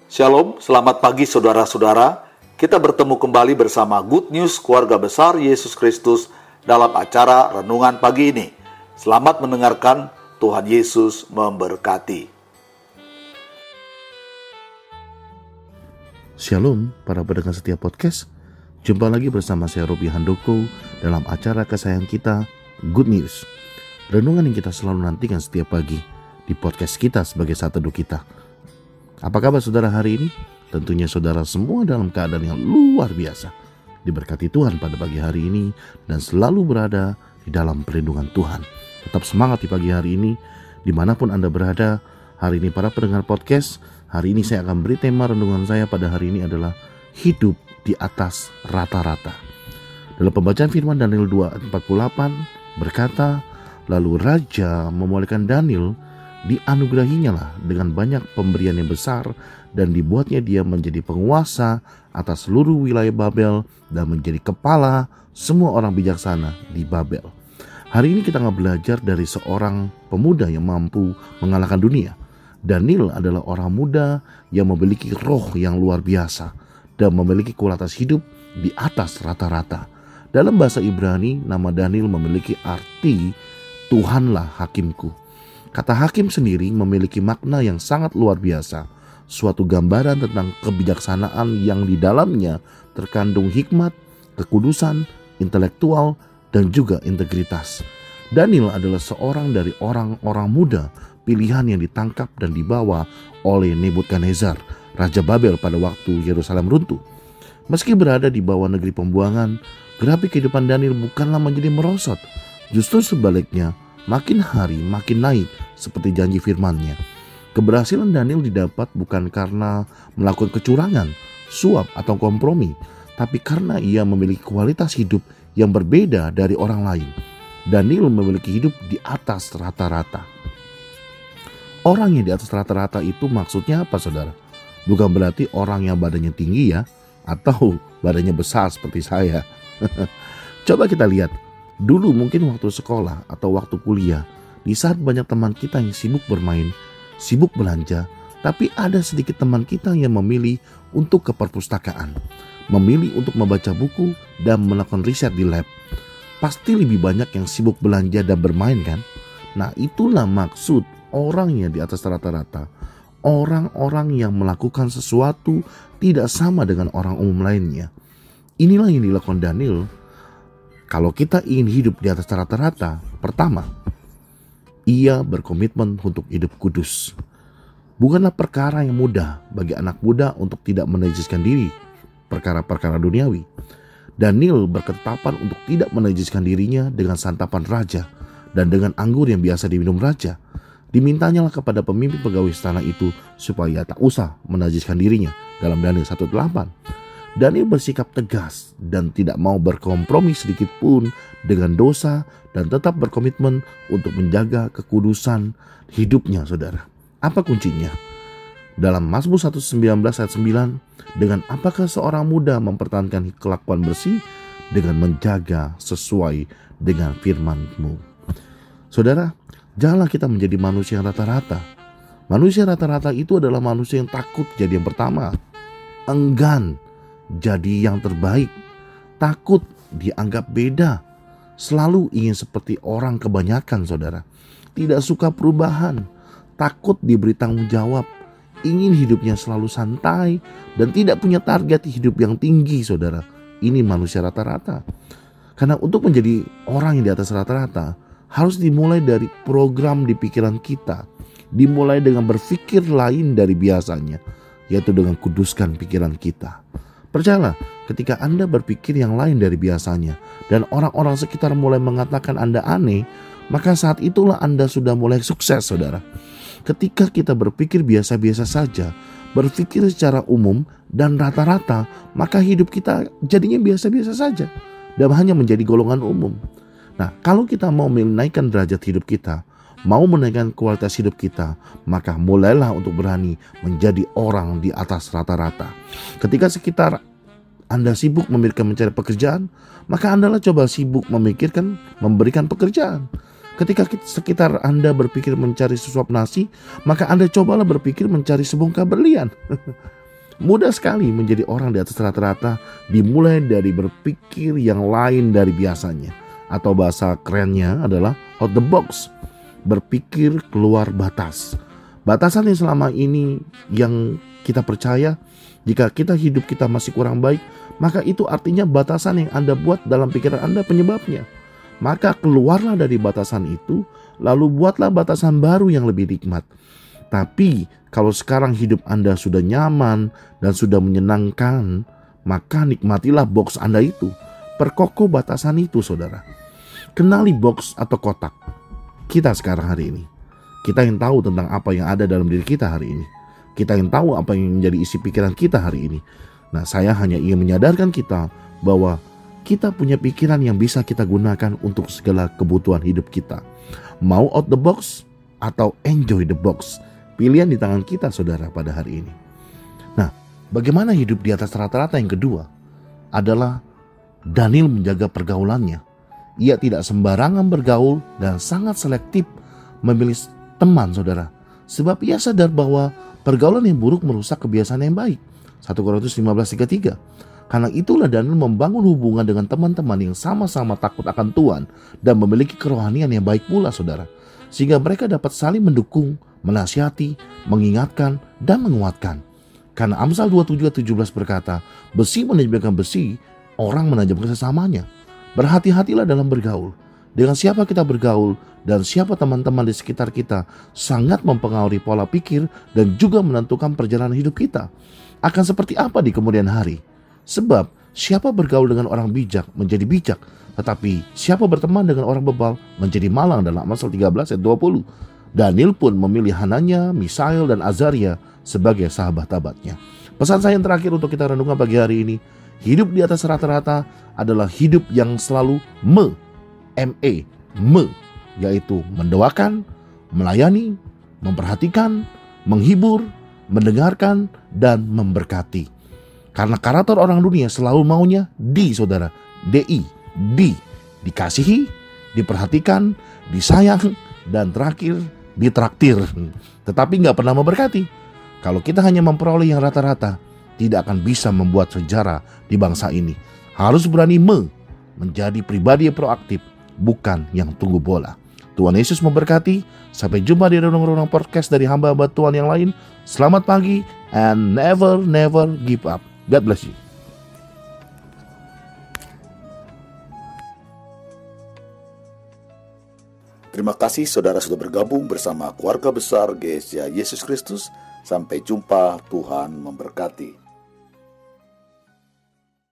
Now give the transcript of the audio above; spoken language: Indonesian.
Shalom, selamat pagi saudara-saudara. Kita bertemu kembali bersama Good News Keluarga Besar Yesus Kristus dalam acara Renungan Pagi ini. Selamat mendengarkan, Tuhan Yesus memberkati. Shalom para pendengar setia podcast. Jumpa lagi bersama saya Robi Handoko dalam acara kesayangan kita Good News. Renungan yang kita selalu nantikan setiap pagi di podcast kita sebagai saat teduh kita. Apa kabar saudara hari ini? Tentunya saudara semua dalam keadaan yang luar biasa. Diberkati Tuhan pada pagi hari ini dan selalu berada di dalam perlindungan Tuhan. Tetap semangat di pagi hari ini dimanapun Anda berada. Hari ini para pendengar podcast, hari ini saya akan beri tema renungan saya pada hari ini adalah hidup di atas rata-rata. Dalam pembacaan firman Daniel 2:48 berkata, lalu Raja memulihkan Daniel, dianugerahinya lah dengan banyak pemberian yang besar dan dibuatnya dia menjadi penguasa atas seluruh wilayah Babel dan menjadi kepala semua orang bijaksana di Babel. Hari ini kita akan belajar dari seorang pemuda yang mampu mengalahkan dunia. Daniel adalah orang muda yang memiliki roh yang luar biasa dan memiliki kualitas hidup di atas rata-rata. Dalam bahasa Ibrani, nama Daniel memiliki arti Tuhanlah hakimku. Kata hakim sendiri memiliki makna yang sangat luar biasa, suatu gambaran tentang kebijaksanaan yang di dalamnya terkandung hikmat, kekudusan, intelektual, dan juga integritas. Daniel adalah seorang dari orang-orang muda pilihan yang ditangkap dan dibawa oleh Nebukadnezar, Raja Babel pada waktu Yerusalem runtuh. Meski berada di bawah negeri pembuangan, grafik kehidupan Daniel bukanlah menjadi merosot. Justru sebaliknya, makin hari makin naik seperti janji firman-Nya. Keberhasilan Daniel didapat bukan karena melakukan kecurangan, suap atau kompromi, tapi karena ia memiliki kualitas hidup yang berbeda dari orang lain. Daniel memiliki hidup di atas rata-rata. Orang yang di atas rata-rata itu maksudnya apa saudara? Bukan berarti orang yang badannya tinggi ya, atau badannya besar seperti saya. Coba kita lihat. Dulu mungkin waktu sekolah atau waktu kuliah, di saat banyak teman kita yang sibuk bermain, sibuk belanja, tapi ada sedikit teman kita yang memilih untuk ke perpustakaan, memilih untuk membaca buku dan melakukan riset di lab. Pasti lebih banyak yang sibuk belanja dan bermain kan? Nah, itulah maksud orang yang di atas rata-rata. Orang-orang yang melakukan sesuatu tidak sama dengan orang umum lainnya. Inilah yang dilakukan Daniel. Kalau kita ingin hidup di atas rata-rata, pertama, ia berkomitmen untuk hidup kudus. Bukanlah perkara yang mudah bagi anak muda untuk tidak menajiskan diri, perkara-perkara duniawi. Daniel berketetapan untuk tidak menajiskan dirinya dengan santapan raja dan dengan anggur yang biasa diminum raja. Dimintanya lah kepada pemimpin pegawai istana itu supaya tak usah menajiskan dirinya dalam Daniel 1:8. Daniel bersikap tegas dan tidak mau berkompromi sedikit pun dengan dosa dan tetap berkomitmen untuk menjaga kekudusan hidupnya saudara. Apa kuncinya? Dalam Mazmur 119 ayat 9, dengan apakah seorang muda mempertahankan kelakuan bersih? Dengan menjaga sesuai dengan firman-Mu. Saudara, janganlah kita menjadi manusia yang rata-rata. Manusia rata-rata itu adalah manusia yang takut jadi yang pertama, enggan jadi yang terbaik, takut dianggap beda, selalu ingin seperti orang kebanyakan saudara, tidak suka perubahan, takut diberi tanggung jawab, ingin hidupnya selalu santai dan tidak punya target hidup yang tinggi saudara. Ini manusia rata-rata. Karena untuk menjadi orang yang di atas rata-rata harus dimulai dari program di pikiran kita, dimulai dengan berpikir lain dari biasanya, yaitu dengan kuduskan pikiran kita. Percayalah, ketika Anda berpikir yang lain dari biasanya dan orang-orang sekitar mulai mengatakan Anda aneh, maka saat itulah Anda sudah mulai sukses saudara. Ketika kita berpikir biasa-biasa saja, berpikir secara umum dan rata-rata, maka hidup kita jadinya biasa-biasa saja dan hanya menjadi golongan umum. Nah, kalau kita mau menaikkan derajat hidup kita, mau menaikkan kualitas hidup kita, maka mulailah untuk berani menjadi orang di atas rata-rata. Ketika sekitar Anda sibuk memikirkan mencari pekerjaan, maka Anda coba sibuk memikirkan memberikan pekerjaan. Ketika sekitar Anda berpikir mencari sesuap nasi, maka Anda cobalah berpikir mencari sebongkah berlian. Mudah sekali menjadi orang di atas rata-rata dimulai dari berpikir yang lain dari biasanya. Atau bahasa kerennya adalah out the box. Berpikir keluar batas. Batasan yang selama ini yang kita percaya, jika hidup kita masih kurang baik, maka itu artinya batasan yang Anda buat dalam pikiran Anda penyebabnya. Maka keluarlah dari batasan itu, lalu buatlah batasan baru yang lebih nikmat. Tapi kalau sekarang hidup Anda sudah nyaman dan sudah menyenangkan, maka nikmatilah box Anda itu. Perkokoh batasan itu, saudara. Kenali box atau kotak kita sekarang hari ini. Kita yang tahu tentang apa yang ada dalam diri kita hari ini. Kita yang tahu apa yang menjadi isi pikiran kita hari ini. Nah, saya hanya ingin menyadarkan kita bahwa kita punya pikiran yang bisa kita gunakan untuk segala kebutuhan hidup kita. Mau out the box atau enjoy the box. Pilihan di tangan kita, saudara, pada hari ini. Nah, bagaimana hidup di atas rata-rata yang kedua adalah Daniel menjaga pergaulannya. Ia tidak sembarangan bergaul dan sangat selektif memilih teman, saudara. Sebab ia sadar bahwa pergaulan yang buruk merusak kebiasaan yang baik. 1 Korintus 15:33. Karena itulah Daniel membangun hubungan dengan teman-teman yang sama-sama takut akan Tuhan dan memiliki kerohanian yang baik pula, saudara. Sehingga mereka dapat saling mendukung, menasihati, mengingatkan, dan menguatkan. Karena Amsal 27:17 berkata, besi menajamkan besi, orang menajamkan sesamanya. Berhati-hatilah dalam bergaul. Dengan siapa kita bergaul dan siapa teman-teman di sekitar kita sangat mempengaruhi pola pikir dan juga menentukan perjalanan hidup kita. Akan seperti apa di kemudian hari? Sebab siapa bergaul dengan orang bijak menjadi bijak, tetapi siapa berteman dengan orang bebal menjadi malang, dalam Amsal 13:20. Daniel pun memilih Hananya, Misael, dan Azaria sebagai sahabat-sahabatnya. Pesan saya yang terakhir untuk kita renungkan pagi hari ini, hidup di atas rata-rata adalah hidup yang selalu yaitu mendoakan, melayani, memperhatikan, menghibur, mendengarkan, dan memberkati. Karena karakter orang dunia selalu maunya saudara, dikasihi, diperhatikan, disayang, dan terakhir ditraktir, tetapi gak pernah memberkati. Kalau kita hanya memperoleh yang rata-rata, tidak akan bisa membuat sejarah di bangsa ini. Harus berani menjadi pribadi yang proaktif, bukan yang tunggu bola. Tuhan Yesus memberkati. Sampai jumpa di renung-renung podcast dari hamba-hamba Tuhan yang lain. Selamat pagi and never give up. God bless you. Terima kasih saudara sudah bergabung bersama keluarga besar GSJ Yesus Kristus. Sampai jumpa, Tuhan memberkati.